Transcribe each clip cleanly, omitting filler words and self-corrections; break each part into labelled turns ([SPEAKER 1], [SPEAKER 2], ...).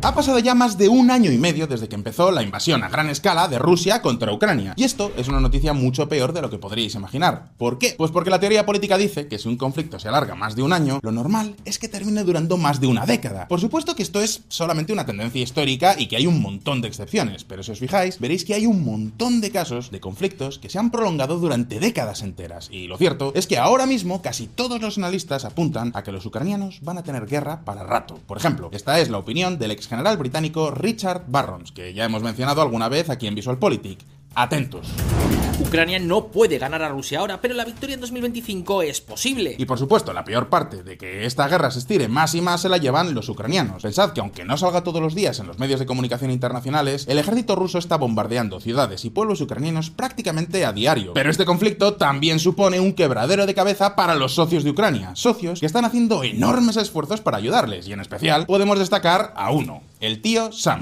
[SPEAKER 1] Ha pasado ya más de un año y medio desde que empezó la invasión a gran escala de Rusia contra Ucrania. Y esto es una noticia mucho peor de lo que podríais imaginar. ¿Por qué? Pues porque la teoría política dice que si un conflicto se alarga más de un año, lo normal es que termine durando más de una década. Por supuesto que esto es solamente una tendencia histórica y que hay un montón de excepciones, pero si os fijáis, veréis que hay un montón de casos de conflictos que se han prolongado durante décadas enteras. Y lo cierto es que ahora mismo casi todos los analistas apuntan a que los ucranianos van a tener guerra para rato. Por ejemplo, esta es la opinión del ex general británico Richard Barrons, que ya hemos mencionado alguna vez aquí en VisualPolitik. Atentos.
[SPEAKER 2] Ucrania no puede ganar a Rusia ahora, pero la victoria en 2025 es posible.
[SPEAKER 1] Y por supuesto, la peor parte de que esta guerra se estire más y más se la llevan los ucranianos. Pensad que aunque no salga todos los días en los medios de comunicación internacionales, el ejército ruso está bombardeando ciudades y pueblos ucranianos prácticamente a diario. Pero este conflicto también supone un quebradero de cabeza para los socios de Ucrania, socios que están haciendo enormes esfuerzos para ayudarles, y en especial podemos destacar a uno, el tío Sam.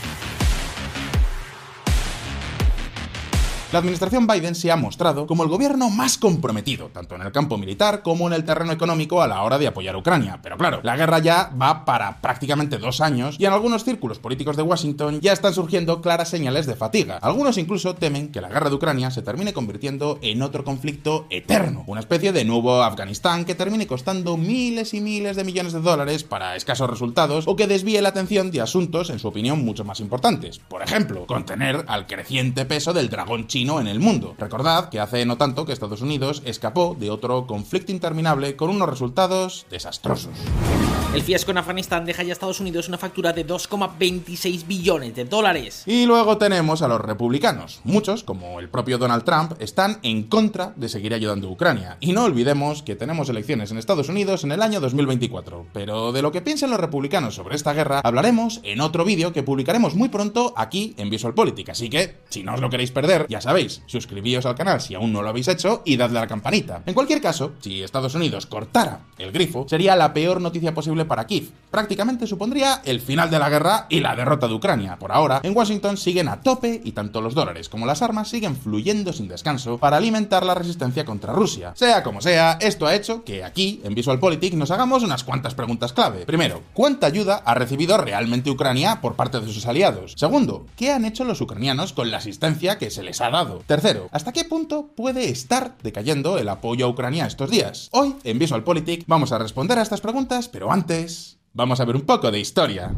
[SPEAKER 1] La administración Biden se ha mostrado como el gobierno más comprometido, tanto en el campo militar como en el terreno económico a la hora de apoyar a Ucrania. Pero claro, la guerra ya va para prácticamente 2 años y en algunos círculos políticos de Washington ya están surgiendo claras señales de fatiga. Algunos incluso temen que la guerra de Ucrania se termine convirtiendo en otro conflicto eterno, una especie de nuevo Afganistán que termine costando miles y miles de millones de dólares para escasos resultados o que desvíe la atención de asuntos, en su opinión, mucho más importantes. Por ejemplo, contener al creciente peso del dragón chino en el mundo. Recordad que hace no tanto que Estados Unidos escapó de otro conflicto interminable con unos resultados desastrosos.
[SPEAKER 2] El fiasco en Afganistán deja ya a Estados Unidos una factura de 2,26 billones de dólares.
[SPEAKER 1] Y luego tenemos a los republicanos. Muchos, como el propio Donald Trump, están en contra de seguir ayudando a Ucrania. Y no olvidemos que tenemos elecciones en Estados Unidos en el año 2024. Pero de lo que piensan los republicanos sobre esta guerra hablaremos en otro vídeo que publicaremos muy pronto aquí en VisualPolitik. Así que, si no os lo queréis perder, ya sabéis, suscribíos al canal si aún no lo habéis hecho y dadle a la campanita. En cualquier caso, si Estados Unidos cortara el grifo, sería la peor noticia posible para Kiev. Prácticamente supondría el final de la guerra y la derrota de Ucrania. Por ahora, en Washington siguen a tope y tanto los dólares como las armas siguen fluyendo sin descanso para alimentar la resistencia contra Rusia. Sea como sea, esto ha hecho que aquí, en VisualPolitik, nos hagamos unas cuantas preguntas clave. Primero, ¿cuánta ayuda ha recibido realmente Ucrania por parte de sus aliados? Segundo, ¿qué han hecho los ucranianos con la asistencia que se les ha dado? Tercero, ¿hasta qué punto puede estar decayendo el apoyo a Ucrania estos días? Hoy, en VisualPolitik, vamos a responder a estas preguntas, pero antes, vamos a ver un poco de historia.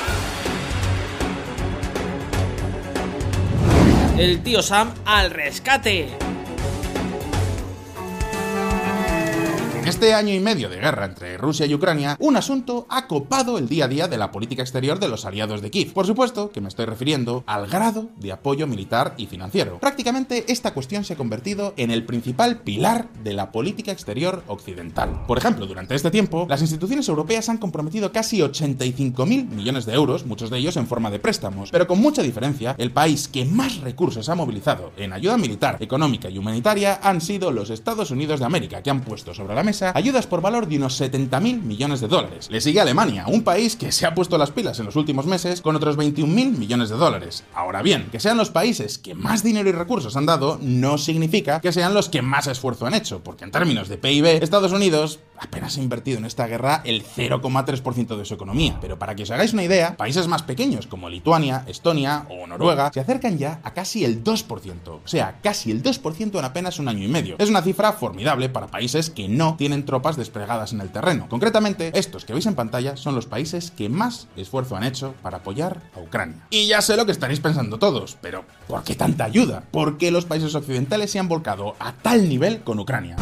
[SPEAKER 2] El tío Sam al rescate.
[SPEAKER 1] En este año y medio de guerra entre Rusia y Ucrania, un asunto ha copado el día a día de la política exterior de los aliados de Kiev. Por supuesto que me estoy refiriendo al grado de apoyo militar y financiero. Prácticamente esta cuestión se ha convertido en el principal pilar de la política exterior occidental. Por ejemplo, durante este tiempo, las instituciones europeas han comprometido casi 85.000 millones de euros, muchos de ellos en forma de préstamos. Pero con mucha diferencia, el país que más recursos ha movilizado en ayuda militar, económica y humanitaria han sido los Estados Unidos de América, que han puesto sobre la mesa ayudas por valor de unos 70.000 millones de dólares. Le sigue Alemania, un país que se ha puesto las pilas en los últimos meses con otros 21.000 millones de dólares. Ahora bien, que sean los países que más dinero y recursos han dado no significa que sean los que más esfuerzo han hecho, porque en términos de PIB, Estados Unidos apenas ha invertido en esta guerra el 0,3% de su economía. Pero para que os hagáis una idea, países más pequeños como Lituania, Estonia o Noruega se acercan ya a casi el 2%. O sea, casi el 2% en apenas un año y medio. Es una cifra formidable para países que no tienen tropas desplegadas en el terreno. Concretamente, estos que veis en pantalla son los países que más esfuerzo han hecho para apoyar a Ucrania. Y ya sé lo que estaréis pensando todos, pero ¿por qué tanta ayuda? ¿Por qué los países occidentales se han volcado a tal nivel con Ucrania?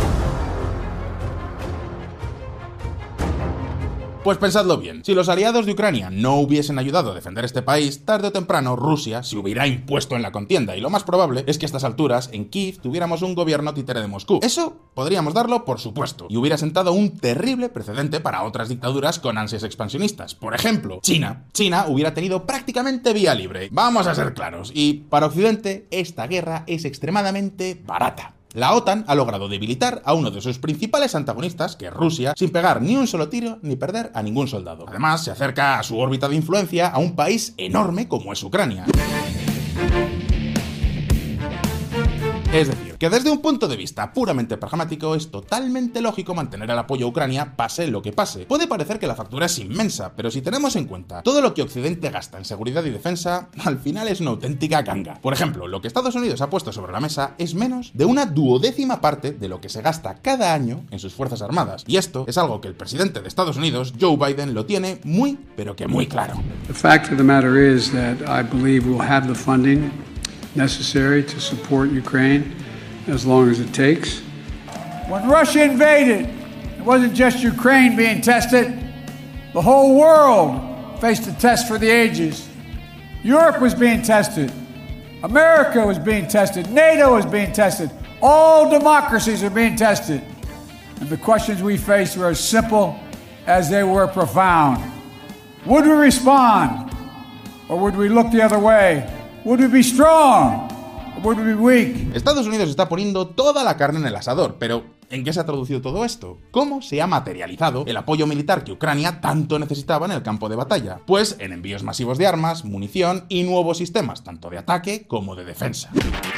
[SPEAKER 1] Pues pensadlo bien, si los aliados de Ucrania no hubiesen ayudado a defender este país, tarde o temprano Rusia se hubiera impuesto en la contienda, y lo más probable es que a estas alturas en Kiev tuviéramos un gobierno títere de Moscú. Eso podríamos darlo por supuesto, y hubiera sentado un terrible precedente para otras dictaduras con ansias expansionistas. Por ejemplo, China. China hubiera tenido prácticamente vía libre. Vamos a ser claros, y para Occidente esta guerra es extremadamente barata. La OTAN ha logrado debilitar a uno de sus principales antagonistas, que es Rusia, sin pegar ni un solo tiro ni perder a ningún soldado. Además, se acerca a su órbita de influencia a un país enorme como es Ucrania. Es decir, que desde un punto de vista puramente pragmático es totalmente lógico mantener el apoyo a Ucrania pase lo que pase. Puede parecer que la factura es inmensa, pero si tenemos en cuenta todo lo que Occidente gasta en seguridad y defensa, al final es una auténtica ganga. Por ejemplo, lo que Estados Unidos ha puesto sobre la mesa es menos de una 1/12 parte de lo que se gasta cada año en sus fuerzas armadas. Y esto es algo que el presidente de Estados Unidos, Joe Biden, lo tiene muy, pero que muy claro.
[SPEAKER 3] The fact of the matter is that I believe we'll have the funding necessary to support Ukraine as long as it takes.
[SPEAKER 4] When Russia invaded, it wasn't just Ukraine being tested. The whole world faced a test for the ages. Europe was being tested. America was being tested. NATO was being tested. All democracies are being tested. And the questions we faced were as simple as they were profound. Would we respond? Or would we look the other way? Would we be strong? Or would we be weak?
[SPEAKER 1] Estados Unidos está poniendo toda la carne en el asador, pero ¿en qué se ha traducido todo esto? ¿Cómo se ha materializado el apoyo militar que Ucrania tanto necesitaba en el campo de batalla? Pues en envíos masivos de armas, munición y nuevos sistemas, tanto de ataque como de defensa.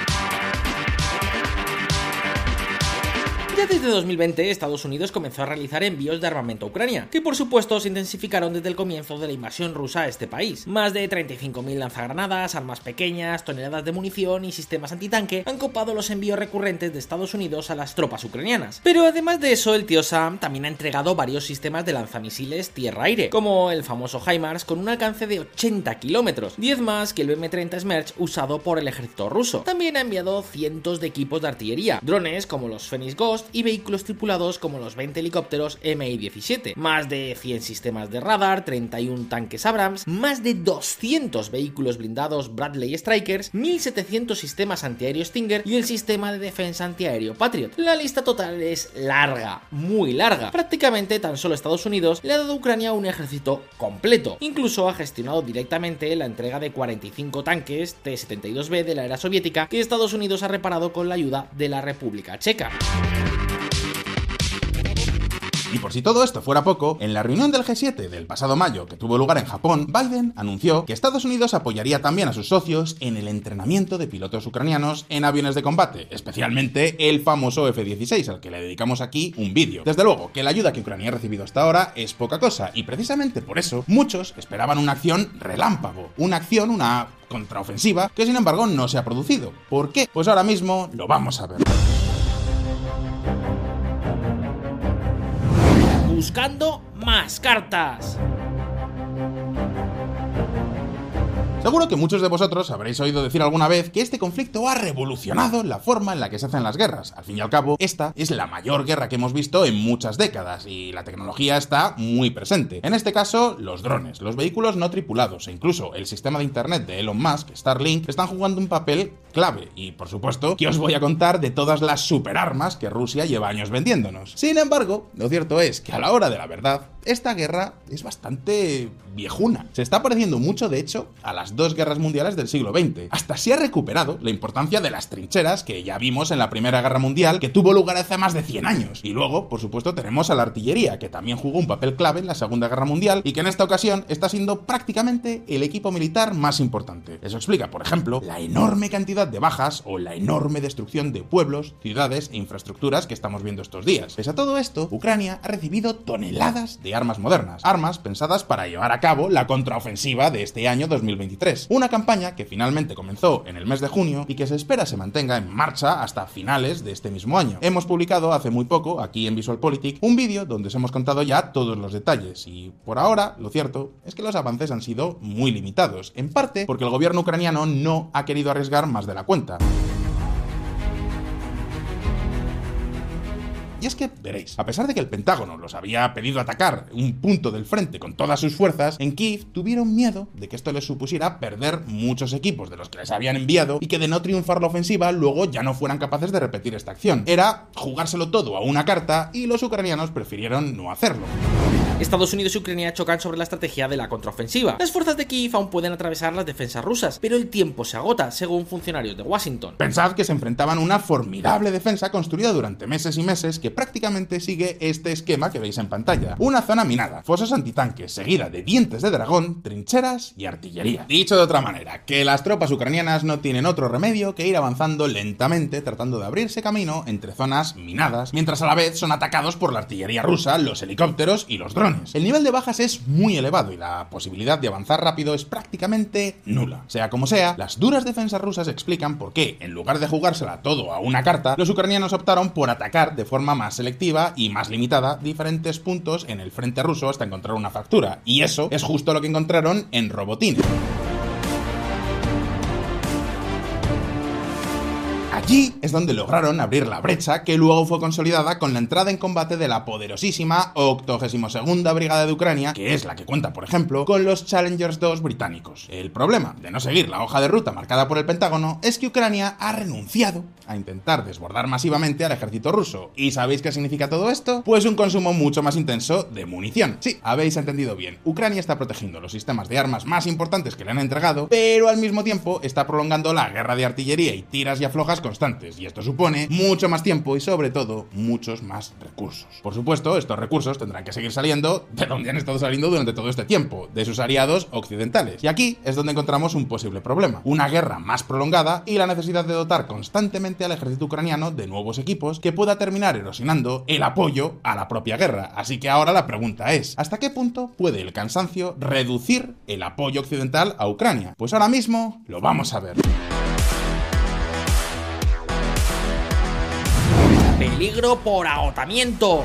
[SPEAKER 2] Ya desde 2020, Estados Unidos comenzó a realizar envíos de armamento a Ucrania, que por supuesto se intensificaron desde el comienzo de la invasión rusa a este país. Más de 35.000 lanzagranadas, armas pequeñas, toneladas de munición y sistemas antitanque han copado los envíos recurrentes de Estados Unidos a las tropas ucranianas. Pero además de eso, el tío Sam también ha entregado varios sistemas de lanzamisiles tierra-aire, como el famoso HIMARS con un alcance de 80 kilómetros, 10 más que el BM-30 Smerch usado por el ejército ruso. También ha enviado cientos de equipos de artillería, drones como los Phoenix Ghost y vehículos tripulados como los 20 helicópteros Mi-17, más de 100 sistemas de radar, 31 tanques Abrams, más de 200 vehículos blindados Bradley Strykers, 1700 sistemas antiaéreo Stinger y el sistema de defensa antiaéreo Patriot. La lista total es larga, muy larga. Prácticamente tan solo Estados Unidos le ha dado a Ucrania un ejército completo. Incluso ha gestionado directamente la entrega de 45 tanques T-72B de la era soviética que Estados Unidos ha reparado con la ayuda de la República Checa.
[SPEAKER 1] Y por si todo esto fuera poco, en la reunión del G7 del pasado mayo que tuvo lugar en Japón, Biden anunció que Estados Unidos apoyaría también a sus socios en el entrenamiento de pilotos ucranianos en aviones de combate, especialmente el famoso F-16, al que le dedicamos aquí un vídeo. Desde luego que la ayuda que Ucrania ha recibido hasta ahora es poca cosa, y precisamente por eso muchos esperaban una acción relámpago, una contraofensiva, que sin embargo no se ha producido. ¿Por qué? Pues ahora mismo lo vamos a ver.
[SPEAKER 2] Buscando más cartas.
[SPEAKER 1] Seguro que muchos de vosotros habréis oído decir alguna vez que este conflicto ha revolucionado la forma en la que se hacen las guerras. Al fin y al cabo, esta es la mayor guerra que hemos visto en muchas décadas y la tecnología está muy presente. En este caso, los drones, los vehículos no tripulados e incluso el sistema de internet de Elon Musk, Starlink, están jugando un papel clave. Y por supuesto, que os voy a contar de todas las superarmas que Rusia lleva años vendiéndonos. Sin embargo, lo cierto es que a la hora de la verdad, esta guerra es bastante viejuna. Se está pareciendo mucho, de hecho, a las dos guerras mundiales del siglo XX. Hasta se ha recuperado la importancia de las trincheras que ya vimos en la Primera Guerra Mundial, que tuvo lugar hace más de 100 años. Y luego, por supuesto, tenemos a la artillería, que también jugó un papel clave en la Segunda Guerra Mundial y que en esta ocasión está siendo prácticamente el equipo militar más importante. Eso explica, por ejemplo, la enorme cantidad de bajas o la enorme destrucción de pueblos, ciudades e infraestructuras que estamos viendo estos días. Pese a todo esto, Ucrania ha recibido toneladas de armas modernas, armas pensadas para llevar a cabo la contraofensiva de este año 2023. Una campaña que finalmente comenzó en el mes de junio y que se espera se mantenga en marcha hasta finales de este mismo año. Hemos publicado hace muy poco, aquí en VisualPolitik, un vídeo donde os hemos contado ya todos los detalles y por ahora, lo cierto es que los avances han sido muy limitados, en parte porque el gobierno ucraniano no ha querido arriesgar más de la cuenta. Y es que, veréis, a pesar de que el Pentágono los había pedido atacar un punto del frente con todas sus fuerzas, en Kiev tuvieron miedo de que esto les supusiera perder muchos equipos de los que les habían enviado y que de no triunfar la ofensiva luego ya no fueran capaces de repetir esta acción. Era jugárselo todo a una carta y los ucranianos prefirieron no hacerlo.
[SPEAKER 2] Estados Unidos y Ucrania chocan sobre la estrategia de la contraofensiva. Las fuerzas de Kiev aún pueden atravesar las defensas rusas, pero el tiempo se agota, según funcionarios de Washington.
[SPEAKER 1] Pensad que se enfrentaban a una formidable defensa construida durante meses y meses que que prácticamente sigue este esquema que veis en pantalla. Una zona minada, fosos antitanques, seguida de dientes de dragón, trincheras y artillería. Dicho de otra manera, que las tropas ucranianas no tienen otro remedio que ir avanzando lentamente tratando de abrirse camino entre zonas minadas, mientras a la vez son atacados por la artillería rusa, los helicópteros y los drones. El nivel de bajas es muy elevado y la posibilidad de avanzar rápido es prácticamente nula. Sea como sea, las duras defensas rusas explican por qué, en lugar de jugársela todo a una carta, los ucranianos optaron por atacar de forma más selectiva y más limitada diferentes puntos en el frente ruso hasta encontrar una fractura. Y eso es justo lo que encontraron en Robotyne. Allí es donde lograron abrir la brecha que luego fue consolidada con la entrada en combate de la poderosísima 82ª Brigada de Ucrania, que es la que cuenta, por ejemplo, con los Challengers 2 británicos. El problema de no seguir la hoja de ruta marcada por el Pentágono es que Ucrania ha renunciado a intentar desbordar masivamente al ejército ruso. ¿Y sabéis qué significa todo esto? Pues un consumo mucho más intenso de munición. Sí, habéis entendido bien. Ucrania está protegiendo los sistemas de armas más importantes que le han entregado, pero al mismo tiempo está prolongando la guerra de artillería y tiras y aflojas constantes, y esto supone mucho más tiempo y sobre todo muchos más recursos. Por supuesto, estos recursos tendrán que seguir saliendo de donde han estado saliendo durante todo este tiempo, de sus aliados occidentales. Y aquí es donde encontramos un posible problema: una guerra más prolongada y la necesidad de dotar constantemente al ejército ucraniano de nuevos equipos que pueda terminar erosionando el apoyo a la propia guerra. Así que ahora la pregunta es: ¿hasta qué punto puede el cansancio reducir el apoyo occidental a Ucrania? Pues ahora mismo lo vamos a ver.
[SPEAKER 2] Peligro por agotamiento.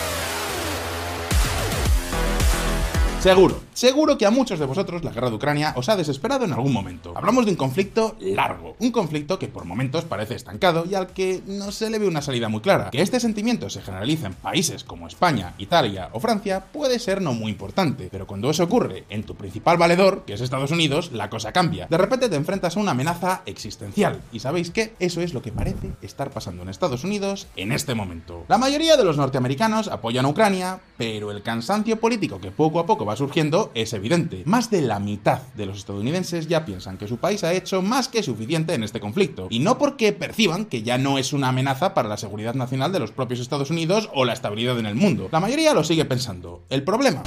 [SPEAKER 1] Seguro que a muchos de vosotros la guerra de Ucrania os ha desesperado en algún momento. Hablamos de un conflicto largo, un conflicto que por momentos parece estancado y al que no se le ve una salida muy clara. Que este sentimiento se generaliza en países como España, Italia o Francia puede ser no muy importante, pero cuando eso ocurre en tu principal valedor, que es Estados Unidos, la cosa cambia. De repente te enfrentas a una amenaza existencial, y ¿sabéis qué? Eso es lo que parece estar pasando en Estados Unidos en este momento. La mayoría de los norteamericanos apoyan a Ucrania, pero el cansancio político que poco a poco va surgiendo es evidente. Más de la mitad de los estadounidenses ya piensan que su país ha hecho más que suficiente en este conflicto, y no porque perciban que ya no es una amenaza para la seguridad nacional de los propios Estados Unidos o la estabilidad en el mundo. La mayoría lo sigue pensando. El problema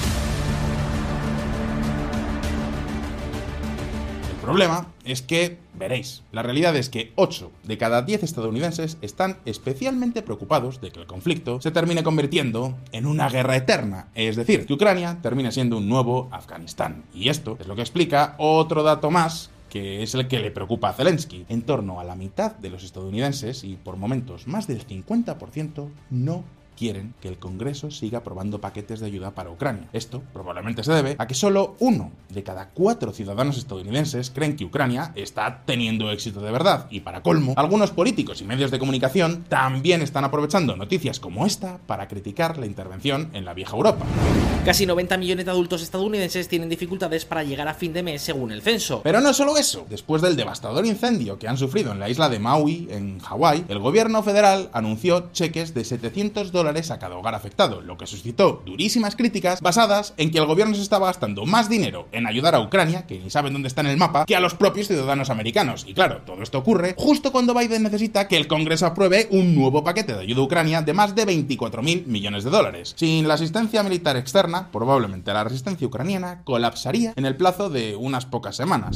[SPEAKER 1] es que, veréis, la realidad es que 8 de cada 10 estadounidenses están especialmente preocupados de que el conflicto se termine convirtiendo en una guerra eterna, es decir, que Ucrania termine siendo un nuevo Afganistán. Y esto es lo que explica otro dato más, que es el que le preocupa a Zelensky. En torno a la mitad de los estadounidenses, y por momentos más del 50%, no quieren que el Congreso siga aprobando paquetes de ayuda para Ucrania. Esto probablemente se debe a que solo 1 de cada 4 ciudadanos estadounidenses creen que Ucrania está teniendo éxito de verdad, y para colmo, algunos políticos y medios de comunicación también están aprovechando noticias como esta para criticar la intervención en la vieja Europa.
[SPEAKER 2] Casi 90 millones de adultos estadounidenses tienen dificultades para llegar a fin de mes según el censo.
[SPEAKER 1] Pero no solo eso. Después del devastador incendio que han sufrido en la isla de Maui, en Hawái, el gobierno federal anunció cheques de $700 a cada hogar afectado, lo que suscitó durísimas críticas basadas en que el gobierno se estaba gastando más dinero en ayudar a Ucrania, que ni saben dónde está en el mapa, que a los propios ciudadanos americanos. Y claro, todo esto ocurre justo cuando Biden necesita que el Congreso apruebe un nuevo paquete de ayuda a Ucrania de más de $24.000 millones. Sin la asistencia militar externa, probablemente la resistencia ucraniana colapsaría en el plazo de unas pocas semanas.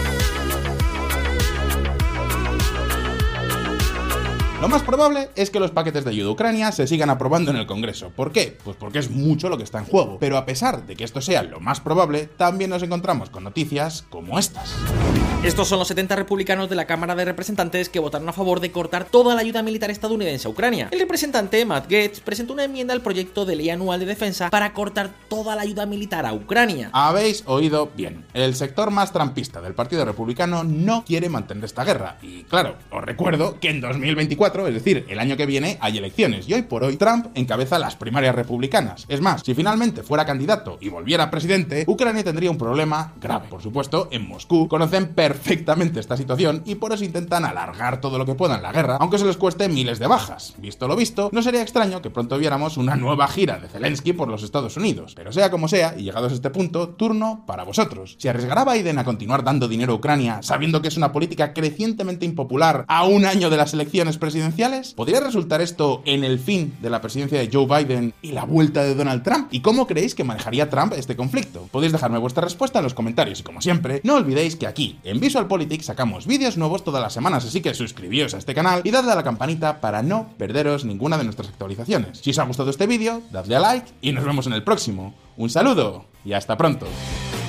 [SPEAKER 1] Lo más probable es que los paquetes de ayuda a Ucrania se sigan aprobando en el Congreso. ¿Por qué? Pues porque es mucho lo que está en juego. Pero a pesar de que esto sea lo más probable, también nos encontramos con noticias como estas.
[SPEAKER 2] Estos son los 70 republicanos de la Cámara de Representantes que votaron a favor de cortar toda la ayuda militar estadounidense a Ucrania. El representante Matt Gaetz presentó una enmienda al proyecto de ley anual de defensa para cortar toda la ayuda militar a Ucrania.
[SPEAKER 1] Habéis oído bien. El sector más trumpista del Partido Republicano no quiere mantener esta guerra. Y claro, os recuerdo que en 2024, es decir, el año que viene, hay elecciones, y hoy por hoy Trump encabeza las primarias republicanas. Es más, si finalmente fuera candidato y volviera presidente, Ucrania tendría un problema grave. Por supuesto, en Moscú conocen perfectamente perfectamente esta situación y por eso intentan alargar todo lo que puedan la guerra, aunque se les cueste miles de bajas. Visto lo visto, no sería extraño que pronto viéramos una nueva gira de Zelensky por los Estados Unidos. Pero sea como sea, y llegados a este punto, turno para vosotros. ¿Se arriesgará Biden a continuar dando dinero a Ucrania sabiendo que es una política crecientemente impopular a un año de las elecciones presidenciales? ¿Podría resultar esto en el fin de la presidencia de Joe Biden y la vuelta de Donald Trump? ¿Y cómo creéis que manejaría Trump este conflicto? Podéis dejarme vuestra respuesta en los comentarios y como siempre, no olvidéis que aquí, en VisualPolitik, sacamos vídeos nuevos todas las semanas, así que suscribíos a este canal y dadle a la campanita para no perderos ninguna de nuestras actualizaciones. Si os ha gustado este vídeo, dadle a like y nos vemos en el próximo. Un saludo y hasta pronto.